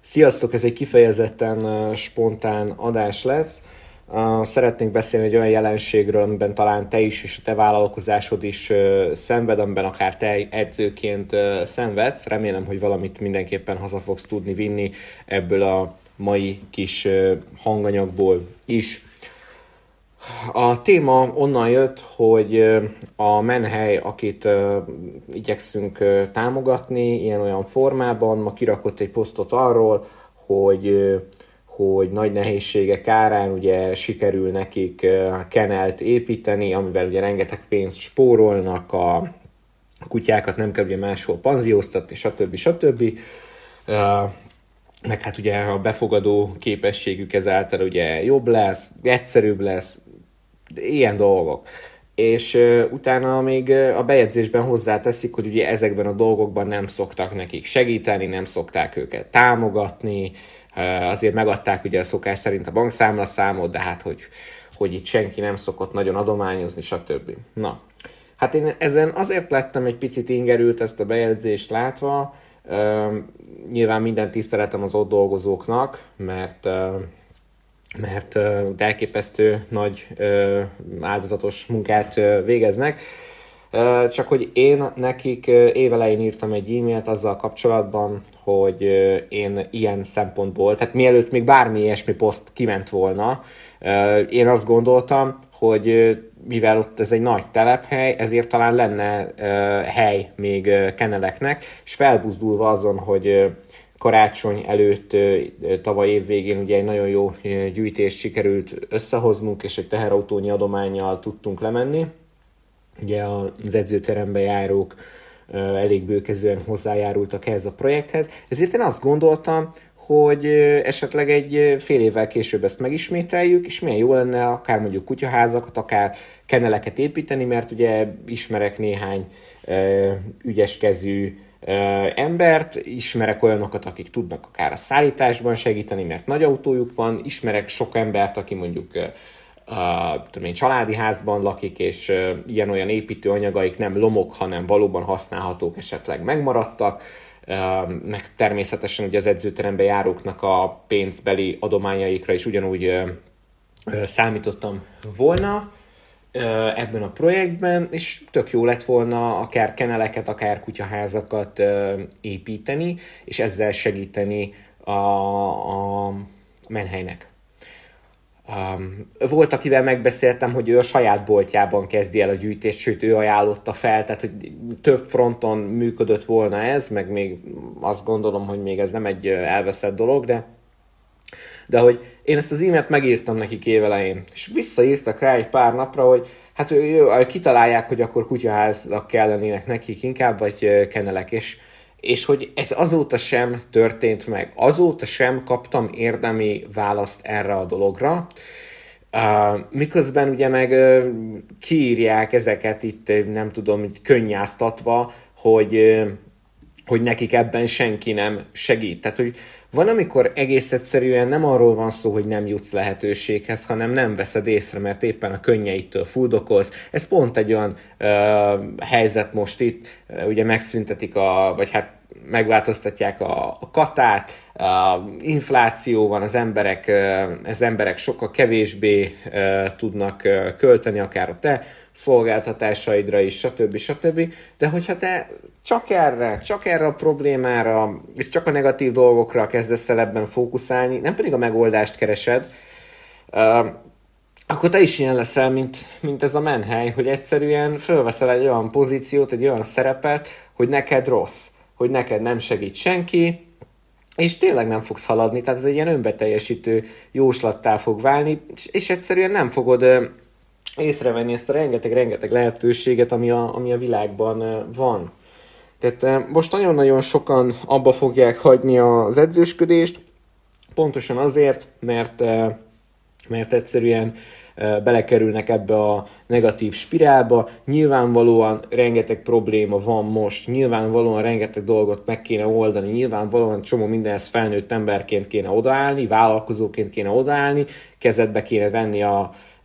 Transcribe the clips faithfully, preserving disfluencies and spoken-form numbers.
Sziasztok, ez egy kifejezetten uh, spontán adás lesz. Uh, szeretnénk beszélni egy olyan jelenségről, amiben talán te is és a te vállalkozásod is uh, szenved, amiben akár te edzőként uh, szenvedsz. Remélem, hogy valamit mindenképpen haza fogsz tudni vinni ebből a mai kis uh, hanganyagból is. A téma onnan jött, hogy a Menhely, akit uh, igyekszünk uh, támogatni ilyen-olyan formában, ma kirakott egy posztot arról, hogy, uh, hogy nagy nehézségek árán ugye sikerül nekik uh, kennelt építeni, amivel ugye rengeteg pénzt spórolnak, a kutyákat nem kell ugye máshol panzióztatni, stb. stb. Uh, meg hát ugye a befogadó képességük ezáltal ugye jobb lesz, egyszerűbb lesz, ilyen dolgok. És uh, utána még uh, a bejegyzésben hozzáteszik, hogy ugye ezekben a dolgokban nem szoktak nekik segíteni, nem szokták őket támogatni, uh, azért megadták ugye a szokás szerint a bankszámlaszámot, de hát hogy, hogy itt senki nem szokott nagyon adományozni, stb. Na, hát én ezen azért lettem egy picit ingerült ezt a bejegyzést látva, uh, nyilván minden tiszteletem az ott dolgozóknak, mert uh, mert uh, elképesztő nagy uh, áldozatos munkát uh, végeznek. Uh, csak hogy én nekik uh, évelején írtam egy e-mailt azzal kapcsolatban, hogy uh, én ilyen szempontból, tehát mielőtt még bármi ilyesmi poszt kiment volna, uh, én azt gondoltam, hogy uh, mivel ott ez egy nagy telephely, ezért talán lenne uh, hely még uh, kenneleknek, és felbuzdulva azon, hogy uh, karácsony előtt tavaly év végén ugye egy nagyon jó gyűjtést sikerült összehoznunk, és egy teherautónyi adománnyal tudtunk lemenni. Ugye az edzőterembe járók elég bőkezően hozzájárultak ehhez a projekthez. Ezért én azt gondoltam, hogy esetleg egy fél évvel később ezt megismételjük, és milyen jó lenne akár mondjuk kutyaházakat, akár kenneleket építeni, mert ugye ismerek néhány ügyeskezű embert, ismerek olyanokat, akik tudnak akár a szállításban segíteni, mert nagy autójuk van, ismerek sok embert, aki mondjuk uh, tudom én, családi házban lakik, és uh, ilyen-olyan építőanyagaik nem lomok, hanem valóban használhatók, esetleg megmaradtak, uh, meg természetesen ugye az edzőterembe járóknak a pénzbeli adományaikra is ugyanúgy uh, uh, számítottam volna ebben a projektben, és tök jó lett volna akár kenneleket, akár kutyaházakat uh, építeni, és ezzel segíteni a, a Menhelynek. Um, volt, akivel megbeszéltem, hogy ő a saját boltjában kezdi el a gyűjtést, sőt, ő ajánlotta fel, tehát hogy több fronton működött volna ez, meg még azt gondolom, hogy még ez nem egy elveszett dolog, de De hogy én ezt az e-mailt megírtam nekik évelején, és visszaírtak rá egy pár napra, hogy hát jó, kitalálják, hogy akkor kutyaházak kellenének nekik inkább, vagy kennelek, és, és hogy ez azóta sem történt meg. Azóta sem kaptam érdemi választ erre a dologra, uh, miközben ugye meg uh, kiírják ezeket itt, nem tudom, könnyáztatva, hogy, uh, hogy nekik ebben senki nem segít. Tehát, hogy van, amikor egész egyszerűen nem arról van szó, hogy nem jutsz lehetőséghez, hanem nem veszed észre, mert éppen a könnyeitől fuldokolsz. Ez pont egy olyan uh, helyzet most itt, uh, ugye megszüntetik, a, vagy hát megváltoztatják a, a katát, uh, infláció van, az emberek, uh, az emberek sokkal kevésbé uh, tudnak uh, költeni, akár a te szolgáltatásaidra is, stb. stb. De hogyha te csak erre, csak erre a problémára, és csak a negatív dolgokra kezdesz el ebben fókuszálni, nem pedig a megoldást keresed, uh, akkor te is ilyen leszel, mint, mint ez a Menhely, hogy egyszerűen fölveszel egy olyan pozíciót, egy olyan szerepet, hogy neked rossz, hogy neked nem segít senki, és tényleg nem fogsz haladni, tehát ez egy ilyen önbeteljesítő jóslattá fog válni, és, és egyszerűen nem fogod uh, észrevenni ezt a rengeteg-rengeteg lehetőséget, ami a, ami a világban uh, van. Tehát most nagyon-nagyon sokan abba fogják hagyni az edzősködést, pontosan azért, mert, mert egyszerűen belekerülnek ebbe a negatív spirálba. Nyilvánvalóan rengeteg probléma van most, nyilvánvalóan rengeteg dolgot meg kéne oldani, nyilvánvalóan csomó mindenhez felnőtt emberként kéne odaállni, vállalkozóként kéne odaállni, kezedbe kéne venni a,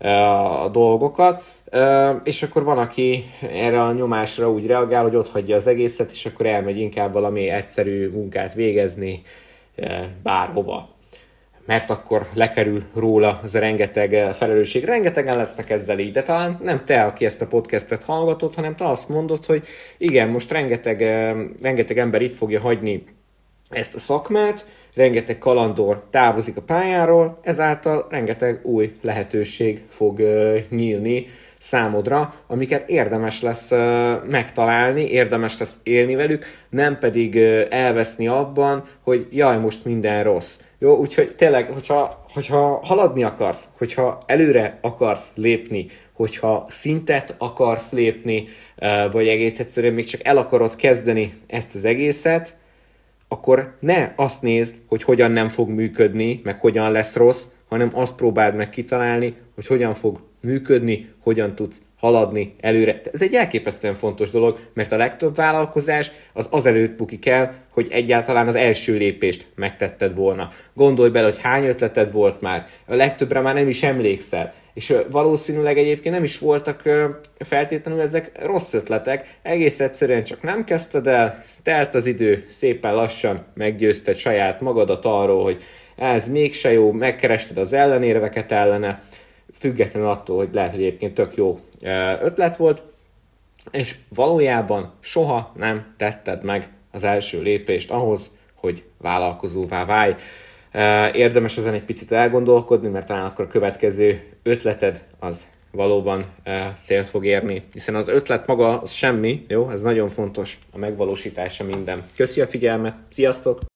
a dolgokat, és akkor van, aki erre a nyomásra úgy reagál, hogy ott hagyja az egészet, és akkor elmegy inkább valami egyszerű munkát végezni, bárhova. Mert akkor lekerül róla az a rengeteg felelősség. Rengetegen lesznek ezzel így, de talán nem te, aki ezt a podcastet hallgatod, hanem te azt mondod, hogy igen, most rengeteg, rengeteg ember itt fogja hagyni ezt a szakmát, rengeteg kalandor távozik a pályáról, ezáltal rengeteg új lehetőség fog nyílni számodra, amiket érdemes lesz megtalálni, érdemes lesz élni velük, nem pedig elveszni abban, hogy jaj, most minden rossz. Jó, úgyhogy tényleg, hogyha, hogyha haladni akarsz, hogyha előre akarsz lépni, hogyha szintet akarsz lépni, vagy egész egyszerűen még csak el akarod kezdeni ezt az egészet, akkor ne azt nézd, hogy hogyan nem fog működni, meg hogyan lesz rossz, hanem azt próbáld meg kitalálni, hogy hogyan fog működni, hogyan tudsz haladni előre. Ez egy elképesztően fontos dolog, mert a legtöbb vállalkozás az azelőtt bukik el, hogy egyáltalán az első lépést megtetted volna. Gondolj bele, hogy hány ötleted volt már, a legtöbbre már nem is emlékszel, és valószínűleg egyébként nem is voltak feltétlenül ezek rossz ötletek, egész egyszerűen csak nem kezdted el, telt az idő, szépen lassan meggyőzted saját magadat arról, hogy ez mégse jó, megkerested az ellenérveket ellene, függetlenül attól, hogy lehet, hogy egyébként tök jó ötlet volt, és valójában soha nem tetted meg az első lépést ahhoz, hogy vállalkozóvá válj. Érdemes ezen egy picit elgondolkodni, mert talán akkor a következő ötleted az valóban célt fog érni, hiszen az ötlet maga az semmi, jó? Ez nagyon fontos, a megvalósítása minden. Köszi a figyelmet, sziasztok!